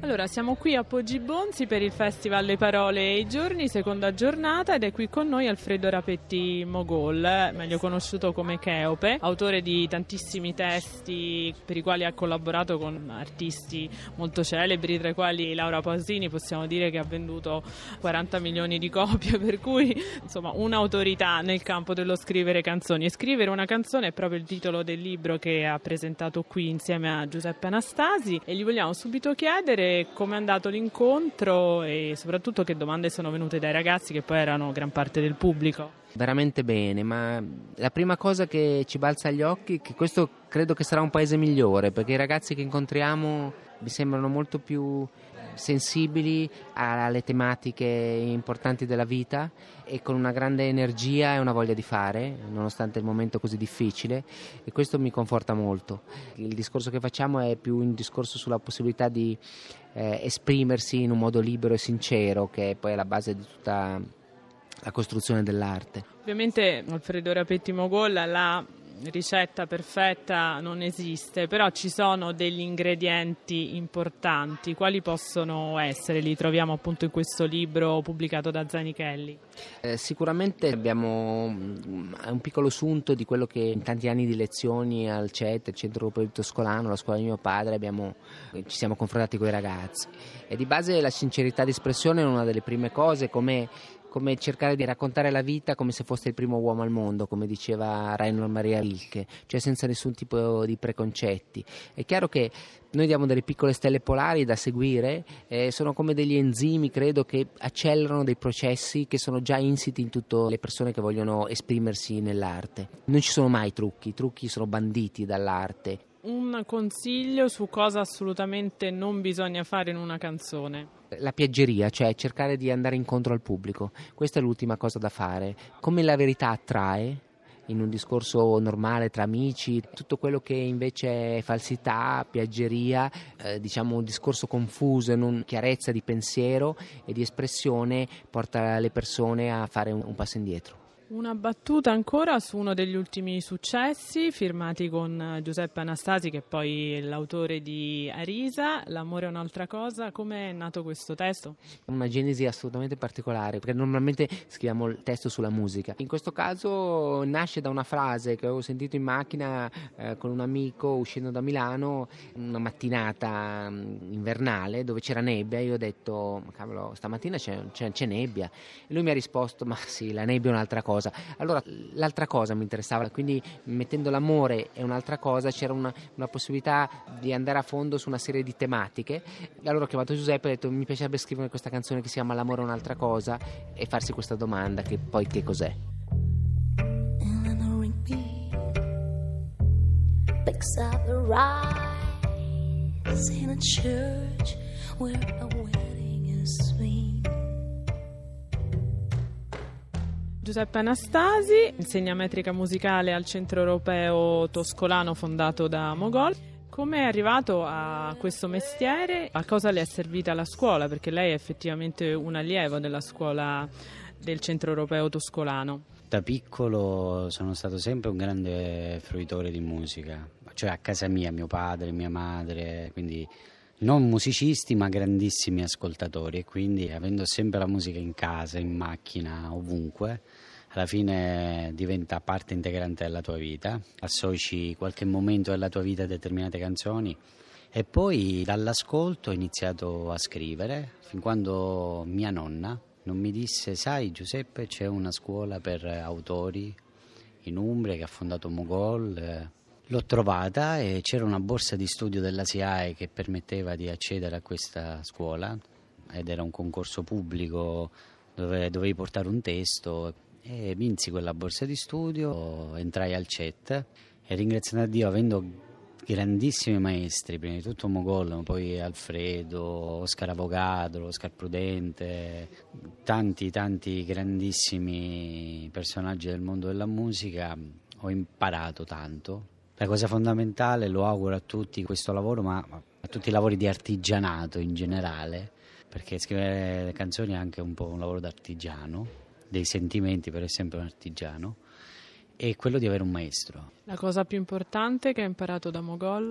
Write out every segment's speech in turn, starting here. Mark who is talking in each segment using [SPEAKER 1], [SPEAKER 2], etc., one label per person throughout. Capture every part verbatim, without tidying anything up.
[SPEAKER 1] Allora, siamo qui a Poggi Bonzi per il Festival Le Parole e i Giorni, seconda giornata, ed è qui con noi Alfredo Rapetti Mogol, meglio conosciuto come Cheope, autore di tantissimi testi per i quali ha collaborato con artisti molto celebri, tra i quali Laura Pausini. Possiamo dire che ha venduto quaranta milioni di copie, per cui insomma un'autorità nel campo dello scrivere canzoni. E scrivere una canzone è proprio il titolo del libro che ha presentato qui insieme a Giuseppe Anastasi, e gli vogliamo subito chiedere come è andato l'incontro e soprattutto che domande sono venute dai ragazzi, che poi erano gran parte del pubblico.
[SPEAKER 2] Veramente bene, ma la prima cosa che ci balza agli occhi è che questo credo che sarà un paese migliore, perché i ragazzi che incontriamo mi sembrano molto più sensibili alle tematiche importanti della vita e con una grande energia e una voglia di fare, nonostante il momento così difficile, e questo mi conforta molto. Il discorso che facciamo è più un discorso sulla possibilità di eh, esprimersi in un modo libero e sincero, che è poi alla base di tutta la costruzione dell'arte.
[SPEAKER 1] Ovviamente Alfredo Rapetti Mogol, la ricetta perfetta non esiste, però ci sono degli ingredienti importanti. Quali possono essere? Li troviamo appunto in questo libro pubblicato da Zanichelli.
[SPEAKER 2] Eh, sicuramente abbiamo un piccolo sunto di quello che in tanti anni di lezioni al C E T, il Centro Europeo di Toscolano, la scuola di mio padre, abbiamo, ci siamo confrontati con i ragazzi. E di base la sincerità di espressione è una delle prime cose, come come cercare di raccontare la vita come se fosse il primo uomo al mondo, come diceva Rainer Maria Rilke, cioè senza nessun tipo di preconcetti. È chiaro che noi diamo delle piccole stelle polari da seguire, eh, sono come degli enzimi, credo, che accelerano dei processi che sono già insiti in tutte le persone che vogliono esprimersi nell'arte. Non ci sono mai trucchi, i trucchi sono banditi dall'arte.
[SPEAKER 1] Un consiglio su cosa assolutamente non bisogna fare in una canzone?
[SPEAKER 2] La piaggeria, cioè cercare di andare incontro al pubblico. Questa è l'ultima cosa da fare. Come la verità attrae in un discorso normale tra amici, tutto quello che invece è falsità, piaggeria, eh, diciamo un discorso confuso e non chiarezza di pensiero e di espressione, porta le persone a fare un, un passo indietro.
[SPEAKER 1] Una battuta ancora su uno degli ultimi successi firmati con Giuseppe Anastasi, che è poi l'autore di Arisa, L'amore è un'altra cosa. Come è nato questo testo?
[SPEAKER 2] Una genesi assolutamente particolare, perché normalmente scriviamo il testo sulla musica. In questo caso nasce da una frase che avevo sentito in macchina eh, con un amico uscendo da Milano, una mattinata invernale dove c'era nebbia. Io ho detto, cavolo, stamattina c'è, c'è, c'è nebbia. E lui mi ha risposto, ma sì, la nebbia è un'altra cosa. Allora l'altra cosa mi interessava, quindi mettendo l'amore e un'altra cosa c'era una, una possibilità di andare a fondo su una serie di tematiche. Allora ho chiamato Giuseppe e ho detto mi piacerebbe scrivere questa canzone che si chiama L'amore è un'altra cosa e farsi questa domanda, che poi che cos'è?
[SPEAKER 1] Giuseppe Anastasi insegna metrica musicale al Centro Europeo Toscolano fondato da Mogol. Come è arrivato a questo mestiere? A cosa le è servita la scuola? Perché lei è effettivamente un allievo della scuola del Centro Europeo Toscolano.
[SPEAKER 3] Da piccolo sono stato sempre un grande fruitore di musica, cioè a casa mia, mio padre, mia madre, quindi non musicisti ma grandissimi ascoltatori, e quindi avendo sempre la musica in casa, in macchina, ovunque, alla fine diventa parte integrante della tua vita, associ qualche momento della tua vita a determinate canzoni e poi dall'ascolto ho iniziato a scrivere fin quando mia nonna non mi disse: sai Giuseppe, c'è una scuola per autori in Umbria che ha fondato Mogol. L'ho trovata e c'era una borsa di studio della SIAE che permetteva di accedere a questa scuola ed era un concorso pubblico dove dovevi portare un testo e vinsi quella borsa di studio, entrai al C E T e ringraziando a Dio, avendo grandissimi maestri, prima di tutto Mogol, ma poi Alfredo, Oscar Avogadro, Oscar Prudente, tanti tanti grandissimi personaggi del mondo della musica, ho imparato tanto. La cosa fondamentale, lo auguro a tutti questo lavoro, ma a tutti i lavori di artigianato in generale, perché scrivere le canzoni è anche un po' un lavoro d'artigiano, dei sentimenti, però è sempre un artigiano, è quello di avere un maestro.
[SPEAKER 1] La cosa più importante che hai imparato da Mogol?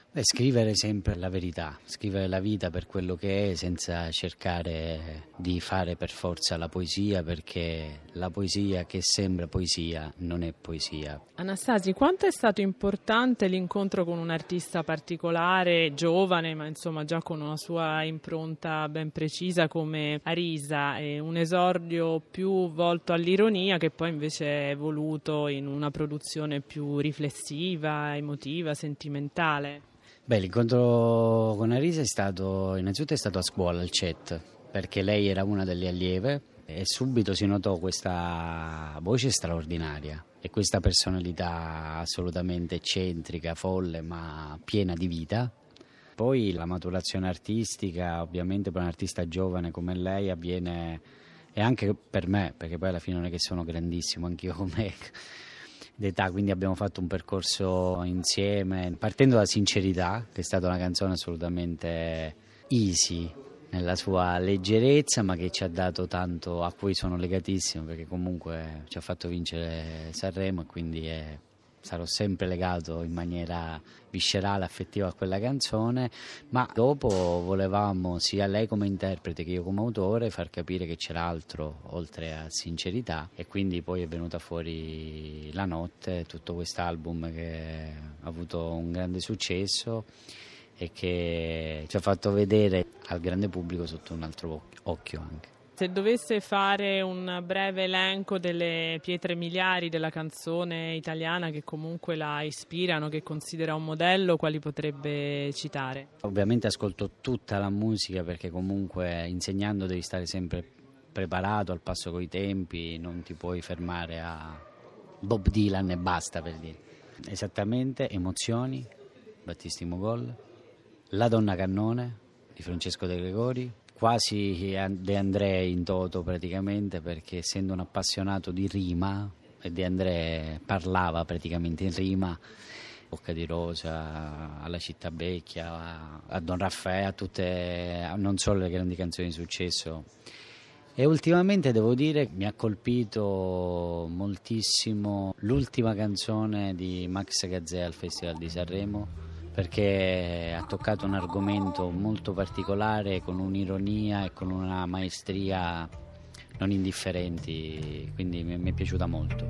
[SPEAKER 3] Beh, scrivere sempre la verità, scrivere la vita per quello che è, senza cercare di fare per forza la poesia, perché la poesia che sembra poesia non è poesia.
[SPEAKER 1] Anastasi, quanto è stato importante l'incontro con un artista particolare, giovane, ma insomma già con una sua impronta ben precisa come Arisa, e un esordio più volto all'ironia che poi invece è evoluto in una produzione più riflessiva, emotiva, sentimentale?
[SPEAKER 3] Beh, l'incontro con Arisa è stato, innanzitutto è stato a scuola, al C E T, perché lei era una delle allieve e subito si notò questa voce straordinaria e questa personalità assolutamente eccentrica, folle, ma piena di vita. Poi la maturazione artistica, ovviamente per un artista giovane come lei, avviene, e anche per me, perché poi alla fine non è che sono grandissimo, anch'io come d'età, quindi abbiamo fatto un percorso insieme, partendo da Sincerità, che è stata una canzone assolutamente easy nella sua leggerezza, ma che ci ha dato tanto, a cui sono legatissimo, perché comunque ci ha fatto vincere Sanremo e quindi è, sarò sempre legato in maniera viscerale, affettiva a quella canzone. Ma dopo volevamo, sia lei come interprete che io come autore, far capire che c'era altro oltre a Sincerità, e quindi poi è venuta fuori La Notte, tutto quest'album che ha avuto un grande successo e che ci ha fatto vedere al grande pubblico sotto un altro occhio anche.
[SPEAKER 1] Se dovesse fare un breve elenco delle pietre miliari della canzone italiana che comunque la ispirano, che considera un modello, quali potrebbe citare?
[SPEAKER 3] Ovviamente ascolto tutta la musica, perché comunque insegnando devi stare sempre preparato, al passo coi tempi, non ti puoi fermare a Bob Dylan e basta, per dire. Esattamente, Emozioni, Battisti Mogol, La Donna Cannone di Francesco De Gregori, quasi De André in toto praticamente, perché essendo un appassionato di rima, e De André parlava praticamente in rima, Bocca di Rosa, alla Città Vecchia, a, a Don Raffaele, a tutte, a non solo le grandi canzoni di successo. E ultimamente devo dire mi ha colpito moltissimo l'ultima canzone di Max Gazzè al Festival di Sanremo, perché ha toccato un argomento molto particolare con un'ironia e con una maestria non indifferenti, quindi mi, mi è piaciuta molto.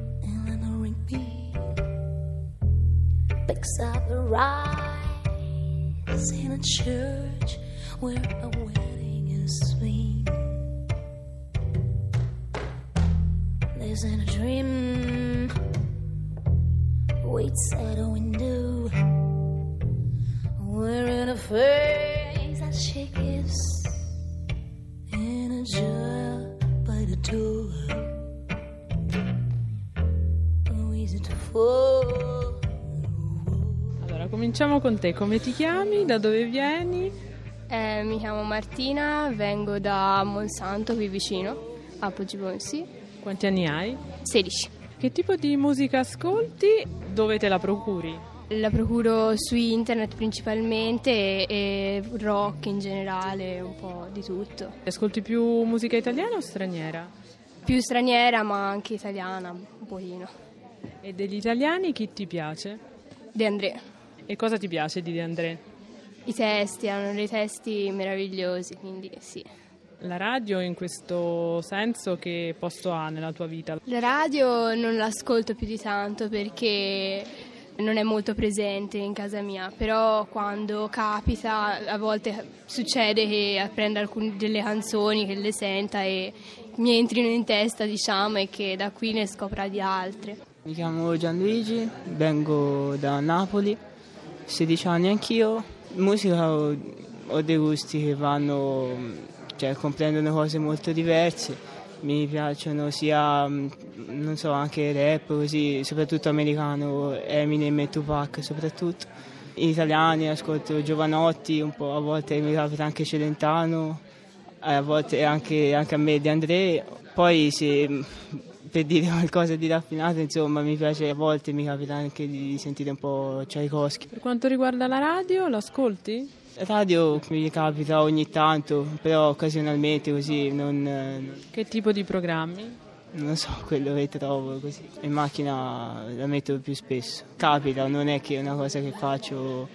[SPEAKER 4] We're in a face that she gives in a jar by the door. Oh, easy to fall.
[SPEAKER 1] Allora, cominciamo con te. Come ti chiami? Da dove vieni?
[SPEAKER 5] Eh, mi chiamo Martina, vengo da Monsanto, qui vicino, a Poggibonsi.
[SPEAKER 1] Quanti anni hai?
[SPEAKER 5] sedici.
[SPEAKER 1] Che tipo di musica ascolti? Dove te la procuri?
[SPEAKER 5] La procuro su internet principalmente e, e rock in generale, un po' di tutto.
[SPEAKER 1] Ascolti più musica italiana o straniera?
[SPEAKER 5] Più straniera ma anche italiana, un pochino.
[SPEAKER 1] E degli italiani chi ti piace?
[SPEAKER 5] De André.
[SPEAKER 1] E cosa ti piace di De André?
[SPEAKER 5] I testi, hanno dei testi meravigliosi, quindi sì.
[SPEAKER 1] La radio in questo senso che posto ha nella tua vita?
[SPEAKER 5] La radio non l'ascolto più di tanto perché non è molto presente in casa mia, però quando capita a volte succede che prenda alcune delle canzoni, che le senta e mi entrino in testa, diciamo, e che da qui ne scopra di altre.
[SPEAKER 6] Mi chiamo Gianluigi, vengo da Napoli, sedici anni anch'io. In musica ho, ho dei gusti che vanno, cioè comprendono cose molto diverse. Mi piacciono sia, non so, anche rap, così, soprattutto americano, Eminem e Tupac soprattutto. In italiani ascolto Giovanotti, un po', a volte mi capita anche Celentano, a volte anche, anche a me De André. Poi se, per dire qualcosa di raffinato, insomma, mi piace, a volte mi capita anche di sentire un po' Tchaikovsky.
[SPEAKER 1] Per quanto riguarda la radio, l'ascolti?
[SPEAKER 6] Radio mi capita ogni tanto, però occasionalmente così, non...
[SPEAKER 1] Che tipo di programmi?
[SPEAKER 6] Non so, quello che trovo così. In macchina la metto più spesso. Capita, non è che è una cosa che faccio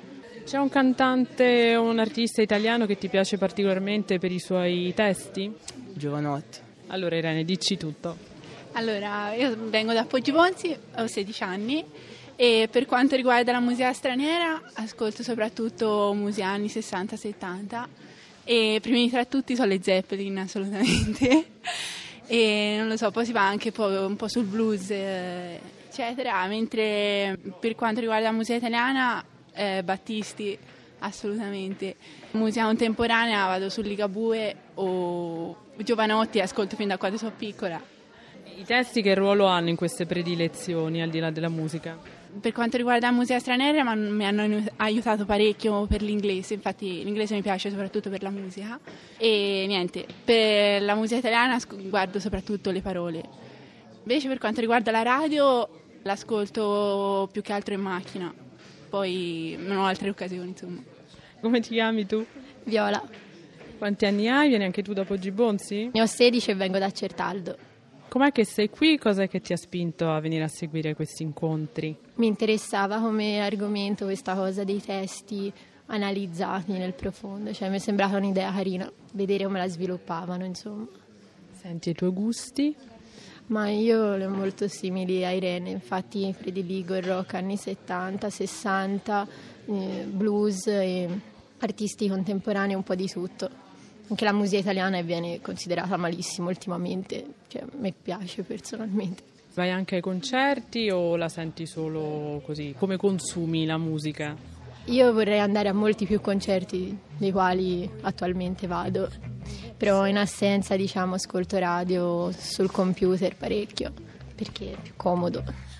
[SPEAKER 1] C'è un cantante o un artista italiano che ti piace particolarmente per i suoi testi?
[SPEAKER 6] Giovanotti.
[SPEAKER 1] Allora Irene, dici tutto.
[SPEAKER 7] Allora, io vengo da Poggibonsi, ho sedici anni e per quanto riguarda la musica straniera ascolto soprattutto musica anni sessanta settanta e primi tra tutti sono le Zeppelin, assolutamente. E non lo so, poi si va anche un po', un po' sul blues, eh, eccetera, mentre per quanto riguarda la musica italiana, eh, Battisti, assolutamente. Musica contemporanea vado su Ligabue o Giovanotti, ascolto fin da quando sono piccola.
[SPEAKER 1] I testi che ruolo hanno in queste predilezioni, al di là della musica?
[SPEAKER 7] Per quanto riguarda la musica straniera ma mi hanno aiutato parecchio per l'inglese, infatti l'inglese mi piace soprattutto per la musica e niente, per la musica italiana guardo soprattutto le parole. Invece per quanto riguarda la radio l'ascolto più che altro in macchina, poi non ho altre occasioni insomma.
[SPEAKER 1] Come ti chiami tu?
[SPEAKER 5] Viola.
[SPEAKER 1] Quanti anni hai? Vieni anche tu da Poggibonsi?
[SPEAKER 5] Ne ho sedici e vengo da Certaldo.
[SPEAKER 1] Com'è che sei qui? Cos'è che ti ha spinto a venire a seguire questi incontri?
[SPEAKER 5] Mi interessava come argomento questa cosa dei testi analizzati nel profondo, cioè mi è sembrata un'idea carina, vedere come la sviluppavano, insomma.
[SPEAKER 1] Senti, i tuoi gusti?
[SPEAKER 5] Ma io le ho molto simili a Irene, infatti prediligo il rock anni settanta, sessanta, eh, blues e artisti contemporanei, un po' di tutto. Anche la musica italiana viene considerata malissimo ultimamente, cioè a me piace personalmente.
[SPEAKER 1] Vai anche ai concerti o la senti solo così? Come consumi la musica?
[SPEAKER 5] Io vorrei andare a molti più concerti dei quali attualmente vado, però in assenza, diciamo, ascolto radio sul computer parecchio, perché è più comodo.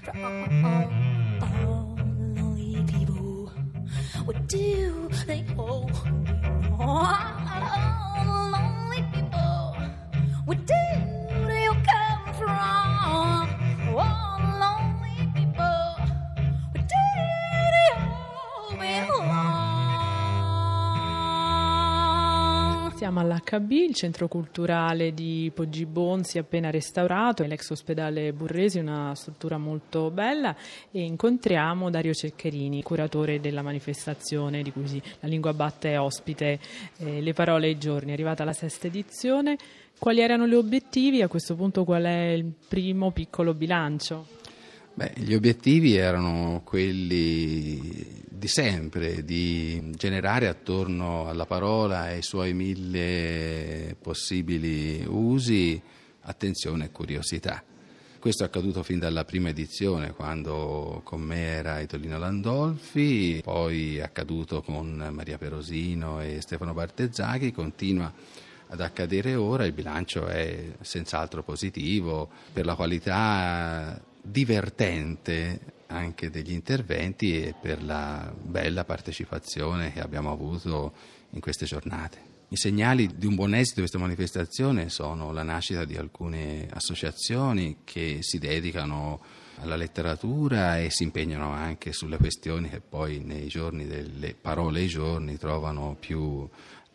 [SPEAKER 1] Siamo all'H B, il centro culturale di Poggibonsi appena restaurato, è l'ex ospedale Burresi, una struttura molto bella, e incontriamo Dario Ceccherini, curatore della manifestazione di cui la Lingua Batte è ospite, eh, Le parole e i giorni, è arrivata la sesta edizione. Quali erano gli obiettivi? A questo punto qual è il primo piccolo bilancio?
[SPEAKER 8] Beh, gli obiettivi erano quelli di sempre, di generare attorno alla parola e ai suoi mille possibili usi attenzione e curiosità. Questo è accaduto fin dalla prima edizione, quando con me era Idolino Landolfi, poi è accaduto con Maria Perosino e Stefano Bartezzachi, continua ad accadere ora. Il bilancio è senz'altro positivo per la qualità divertente anche degli interventi e per la bella partecipazione che abbiamo avuto in queste giornate. I segnali di un buon esito di questa manifestazione sono la nascita di alcune associazioni che si dedicano alla letteratura e si impegnano anche sulle questioni che poi nei giorni delle parole e i giorni trovano più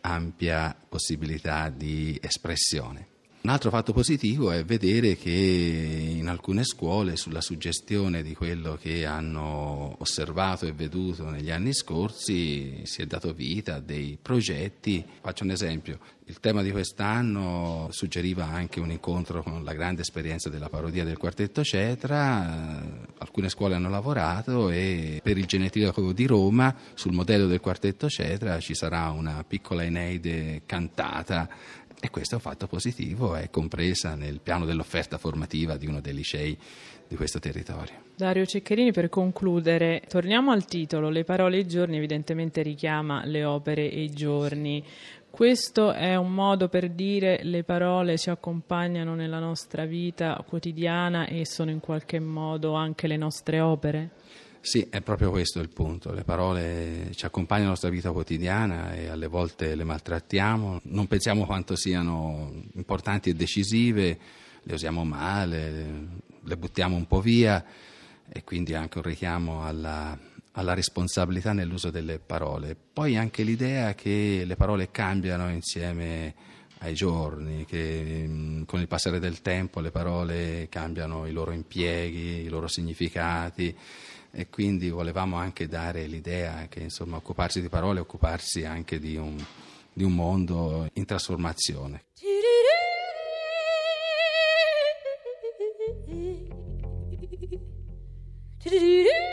[SPEAKER 8] ampia possibilità di espressione. Un altro fatto positivo è vedere che in alcune scuole, sulla suggestione di quello che hanno osservato e veduto negli anni scorsi, si è dato vita a dei progetti. Faccio un esempio: il tema di quest'anno suggeriva anche un incontro con la grande esperienza della parodia del Quartetto Cetra. Alcune scuole hanno lavorato e per il Genetico di Roma, sul modello del Quartetto Cetra, ci sarà una piccola Eneide cantata. E questo è un fatto positivo, è compresa nel piano dell'offerta formativa di uno dei licei di questo territorio.
[SPEAKER 1] Dario Ceccherini, per concludere, torniamo al titolo. Le parole e i giorni evidentemente richiama le opere e i giorni. Questo è un modo per dire le parole ci accompagnano nella nostra vita quotidiana e sono in qualche modo anche le nostre opere?
[SPEAKER 8] Sì, è proprio questo il punto. Le parole ci accompagnano nella nostra vita quotidiana e alle volte le maltrattiamo, non pensiamo quanto siano importanti e decisive, le usiamo male, le buttiamo un po' via, e quindi anche un richiamo alla, alla responsabilità nell'uso delle parole. Poi anche l'idea che le parole cambiano insieme ai giorni, che mh, con il passare del tempo le parole cambiano i loro impieghi, i loro significati. e quindi volevamo anche dare l'idea che insomma occuparsi di parole è occuparsi anche di un, di un mondo in trasformazione.
[SPEAKER 4] Do-do-do-do.